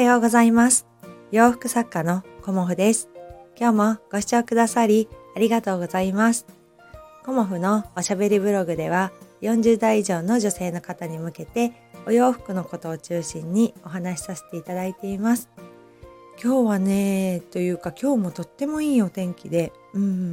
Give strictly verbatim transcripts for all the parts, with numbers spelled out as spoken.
ようございます。洋服作家のコモフです。今日もご視聴くださりありがとうございます。コモフのおしゃべりブログではよんじゅう代以上の女性の方に向けてお洋服のことを中心にお話しさせていただいています。今日はねというか今日もとってもいいお天気で、うん、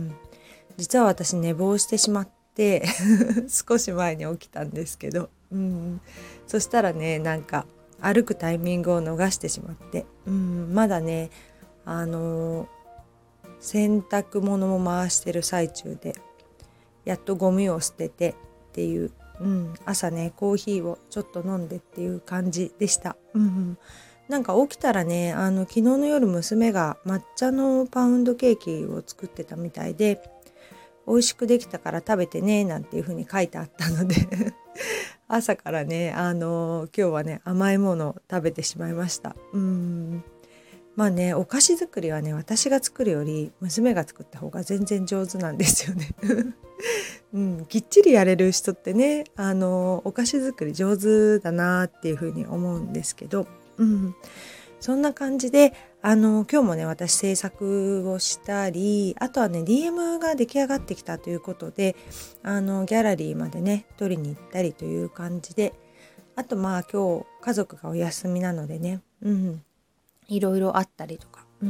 実は私寝坊してしまって少し前に起きたんですけど、うん、そしたらねなんか歩くタイミングを逃してしまって、うん、まだねあのー、洗濯物も回してる最中でやっとゴミを捨ててっていう、うん、朝ねコーヒーをちょっと飲んでっていう感じでした、うんうん、なんか起きたらねあの昨日の夜娘が抹茶のパウンドケーキを作ってたみたいで美味しくできたから食べてねなんていう風に書いてあったので朝からねあの今日はね甘いものを食べてしまいました。うーんまあねお菓子作りはね私が作るより娘が作った方が全然上手なんですよね、うん、きっちりやれる人ってねあのお菓子作り上手だなっていう風に思うんですけど、うん、そんな感じであの今日もね私制作をしたりあとはね ディーエム が出来上がってきたということであのギャラリーまでね取りに行ったりという感じであとまあ今日家族がお休みなのでね、うん、いろいろあったりとか、うん、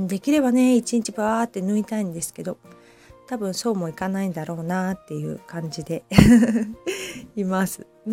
できればね一日バーって抜いたいんですけど多分そうもいかないんだろうなっていう感じでいます、うん、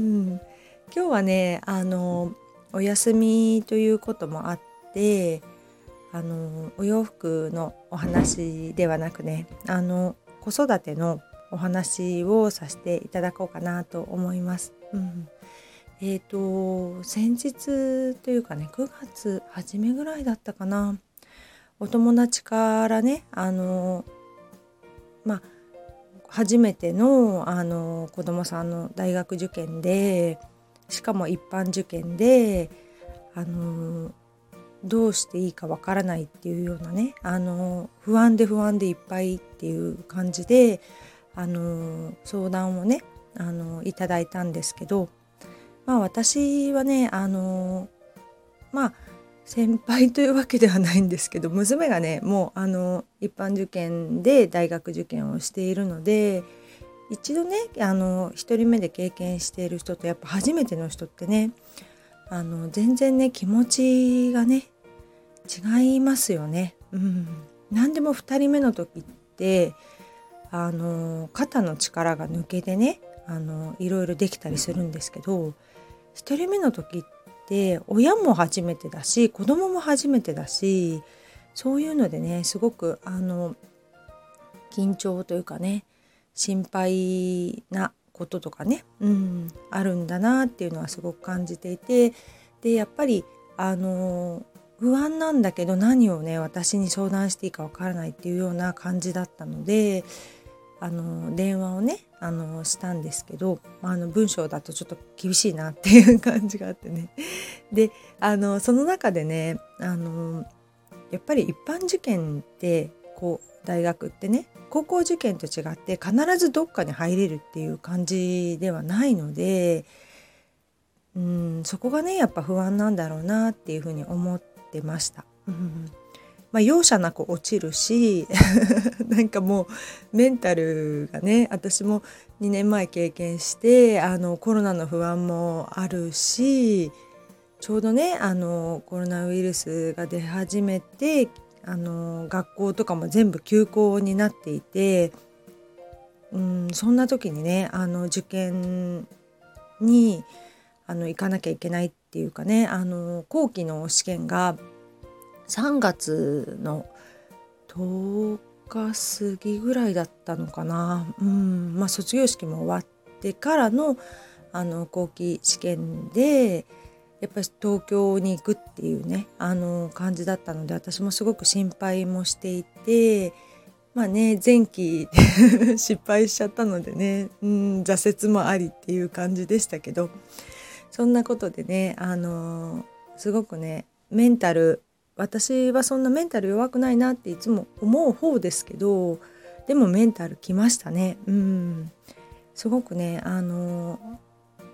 今日はねあのお休みということもあってあのお洋服のお話ではなくねあの子育てのお話をさせていただこうかなと思います、うん、えっと先日というかねくがつ初めぐらいだったかなお友達からねあのまあ初めてのあの子供さんの大学受験でしかも一般受験であのどうしていいかわからないっていうようなねあの不安で不安でいっぱいっていう感じであの相談をねあのいただいたんですけど、まあ私はねあのまあ先輩というわけではないんですけど娘がねもうあの一般受験で大学受験をしているので一度ねあの一人目で経験している人とやっぱ初めての人ってねあの全然ね気持ちがね違いますよね、うん、何でもふたりめの時ってあの肩の力が抜けてねあのいろいろできたりするんですけどひとりめの時って親も初めてだし子供も初めてだしそういうのでねすごくあの緊張というかね心配なこととかね、うん、あるんだなっていうのはすごく感じていてでやっぱりあの不安なんだけど何をね私に相談していいかわからないっていうような感じだったのであの電話をねあのしたんですけどあの文章だとちょっと厳しいなっていう感じがあってねであのその中でねあのやっぱり一般受験ってこう大学ってね高校受験と違って必ずどっかに入れるっていう感じではないのでうんそこがねやっぱ不安なんだろうなっていうふうに思ってました、うんまあ、容赦なく落ちるしなんかもうメンタルがね私もにねんまえ経験してあのコロナの不安もあるしちょうどねあのコロナウイルスが出始めてあの学校とかも全部休校になっていてうんそんな時にねあの受験にあの行かなきゃいけないっていうかねあの後期の試験がさんがつのとおか過ぎぐらいだったのかな、うんまあ、卒業式も終わってからの、あの後期試験でやっぱり東京に行くっていうねあの感じだったので私もすごく心配もしていてまあね前期失敗しちゃったのでね、うん、挫折もありっていう感じでしたけどそんなことでねあのすごくねメンタル私はそんなメンタル弱くないなっていつも思う方ですけどでもメンタルきましたね、うん、すごくねあの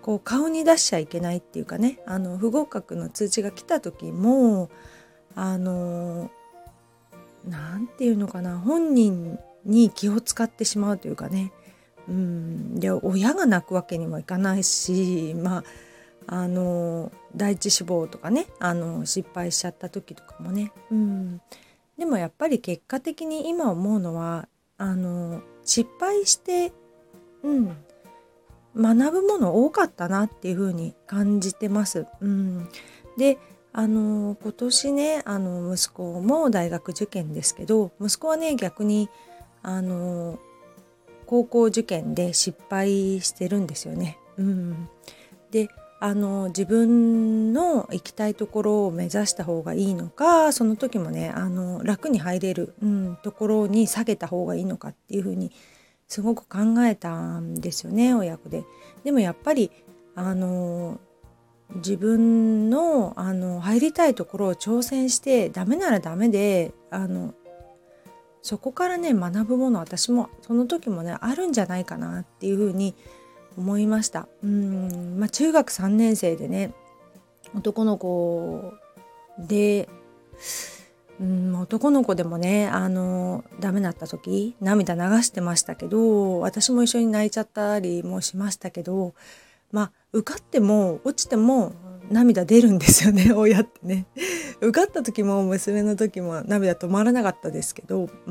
こう顔に出しちゃいけないっていうかね、あの不合格の通知が来た時もあのなんていうのかな、本人に気を使ってしまうというかね、うん、で親が泣くわけにもいかないし、まああの第一志望とかね、あの失敗しちゃった時とかもね、うん、でもやっぱり結果的に今思うのは、あの失敗して、うん、学ぶもの多かったなっていう風に感じてます。うん、であの今年ね、あの息子も大学受験ですけど、息子はね逆にあの高校受験で失敗してるんですよね。うん、であの自分の行きたいところを目指した方がいいのか、その時もねあの楽に入れる、うん、ところに下げた方がいいのかっていうふうにすごく考えたんですよね、親子で。でもやっぱりあの自分のあの入りたいところを挑戦して、ダメならダメで、あのそこからね学ぶもの、私もその時もねあるんじゃないかなっていうふうに思いました。うん、まあ、中学さんねん生でね、男の子で、うん、男の子でもねあのダメだった時涙流してましたけど、私も一緒に泣いちゃったりもしましたけど、まあ受かっても落ちても涙出るんですよね親ってね。受かった時も娘の時も涙止まらなかったですけど、うん、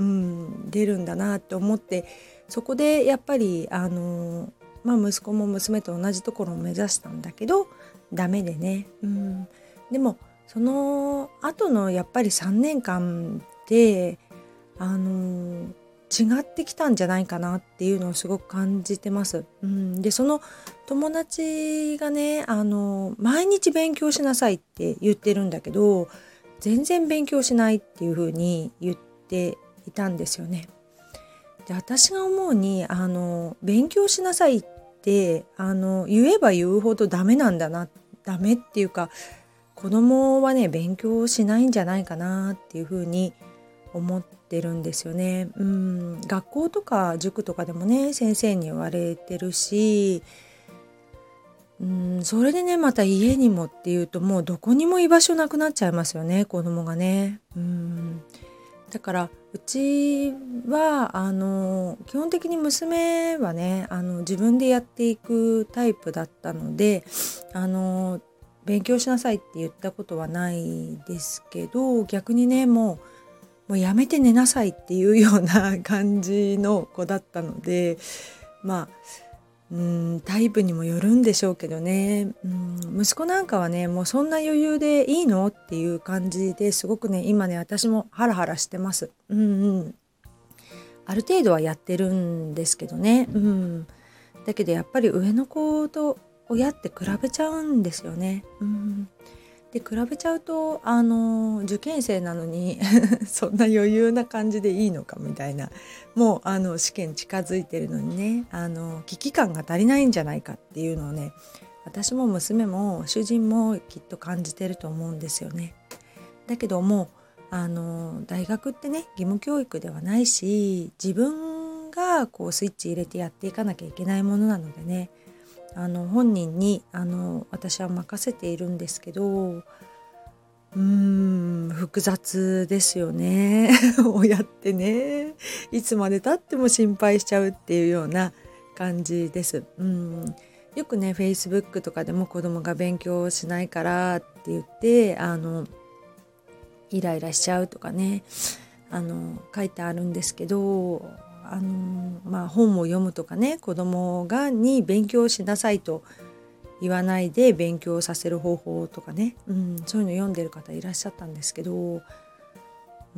出るんだなって思って、そこでやっぱりあの、まあ、息子も娘と同じところを目指したんだけどダメでね、うん、でもその後のやっぱりさんねんかんであの違ってきたんじゃないかなっていうのをすごく感じてます。うん、でその友達がねあの毎日勉強しなさいって言ってるんだけど、全然勉強しないっていう風に言っていたんですよね。で私が思うにあの勉強しなさいってあの言えば言うほどダメなんだな、ダメっていうか子供はね勉強しないんじゃないかなっていう風に思ってるんですよね。うん、学校とか塾とかでもね先生に言われてるし、うん、それでねまた家にもっていうともうどこにも居場所なくなっちゃいますよね、子供がね。うん、だからうちはあの基本的に娘はねあの自分でやっていくタイプだったので、あの勉強しなさいって言ったことはないですけど、逆にねもうもうやめて寝なさいっていうような感じの子だったので、まあうんタイプにもよるんでしょうけどね、うん息子なんかはねもうそんな余裕でいいのっていう感じですごくね今ね私もハラハラしてます。うんうん、ある程度はやってるんですけどね、うん、だけどやっぱり上の子と親って比べちゃうんですよね。うんで比べちゃうとあの受験生なのにそんな余裕な感じでいいのかみたいな、もうあの試験近づいてるのにねあの危機感が足りないんじゃないかっていうのをね私も娘も主人もきっと感じてると思うんですよね。だけどもあの大学ってね義務教育ではないし、自分がこうスイッチ入れてやっていかなきゃいけないものなのでね、あの本人にあの私は任せているんですけど、うーん複雑ですよね親ってね、いつまで経っても心配しちゃうっていうような感じです。うんよくね Facebook とかでも子供が勉強しないからって言ってあのイライラしちゃうとかねあの書いてあるんですけど、あのまあ、本を読むとかね子供がに勉強しなさいと言わないで勉強させる方法とかね、うん、そういうの読んでる方いらっしゃったんですけど、うん、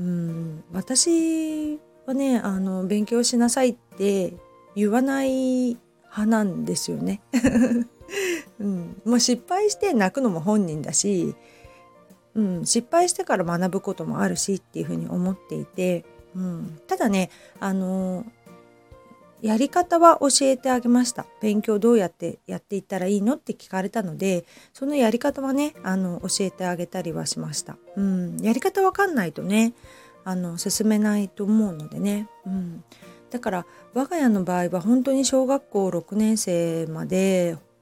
私はねあの勉強しなさいって言わない派なんですよね、うん、もう失敗して泣くのも本人だし、うん、失敗してから学ぶこともあるしっていうふうに思っていて、うん、ただねあのやり方は教えてあげました。勉強どうやってやっていったらいいのって聞かれたので、そのやり方はねあの教えてあげたりはしました。うん、やり方わかんないとねあの進めないと思うのでね、うん、だから我が家の場合は本当に小学校ろくねん生まで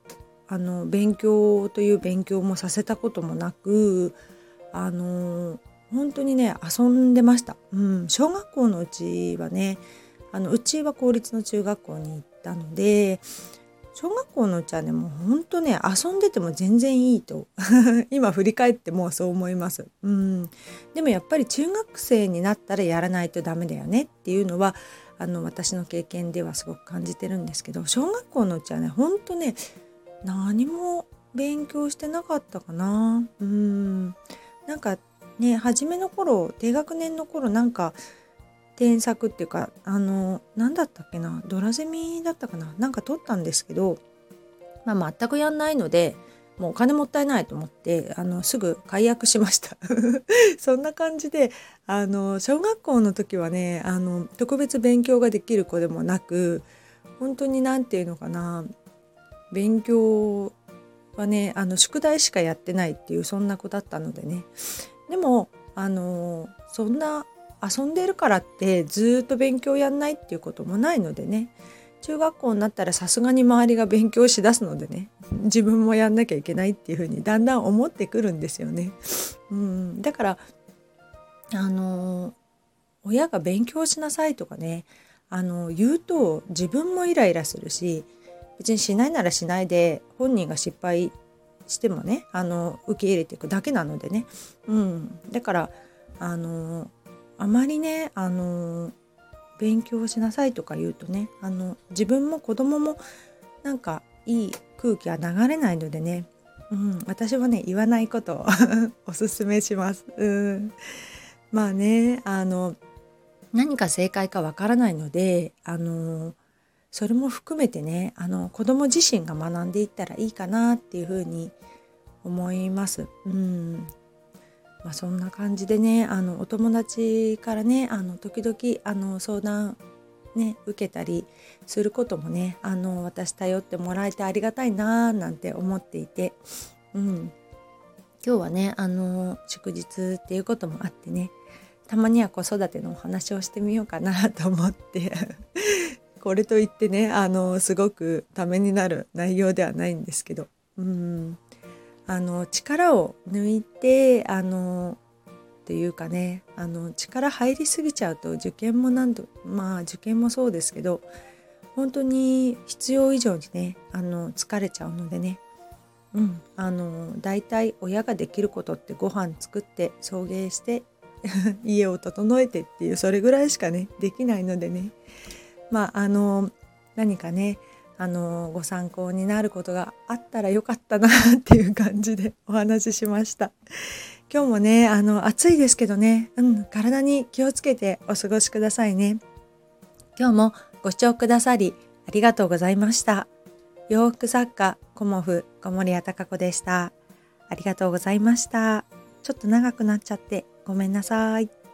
あの勉強という勉強もさせたこともなく、あの本当にね遊んでました、うん、小学校のうちはね、あのうちは公立の中学校に行ったので、小学校のうちはねもうほんとね遊んでても全然いいと今振り返ってもうそう思います、うん、でもやっぱり中学生になったらやらないとダメだよねっていうのはあの私の経験ではすごく感じてるんですけど、小学校のうちはねほんとね何も勉強してなかったかな。うんなんかね初めの頃低学年の頃なんか添削っていうかあの何だったっけな、ドラゼミだったかな、なんか取ったんですけど、まあ、全くやんないのでもうお金もったいないと思ってあのすぐ解約しましたそんな感じであの小学校の時はねあの特別勉強ができる子でもなく、本当になんていうのかな、勉強はねあの宿題しかやってないっていうそんな子だったのでね。でもあのそんな遊んでるからってずっと勉強やんないっていうこともないのでね、中学校になったらさすがに周りが勉強しだすのでね、自分もやんなきゃいけないっていうふうにだんだん思ってくるんですよね。うん、だからあの親が勉強しなさいとかねあの言うと自分もイライラするし、別にしないならしないで本人が失敗してもねあの受け入れていくだけなのでね、うん、だからあのあまりねあの勉強しなさいとか言うとねあの自分も子供もなんかいい空気は流れないのでね、うん、私はね言わないことをおすすめします、うん、まあねあの何か正解かわからないのであのそれも含めてねあの子供自身が学んでいったらいいかなっていうふうに思います。うんまあ、そんな感じでねあのお友達からねあの時々あの相談ね受けたりすることもねあの私頼ってもらえてありがたいななんて思っていて、うん、今日はねあの祝日っていうこともあってねたまには子育てのお話をしてみようかなと思ってこれといってねあのすごくためになる内容ではないんですけど、うんあの力を抜いてあのというかねあの力入りすぎちゃうと受験も何度まあ受験もそうですけど本当に必要以上にねあの疲れちゃうのでね、うんあのだいたい親ができることってご飯作って送迎して家を整えてっていうそれぐらいしかねできないのでね、まああの何かねあのご参考になることがあったらよかったなっていう感じでお話ししました。今日もねあの暑いですけどね、うん、体に気をつけてお過ごしくださいね。今日もご視聴くださりありがとうございました。洋服作家コモフ小森屋隆子でした。ありがとうございました。ちょっと長くなっちゃってごめんなさい。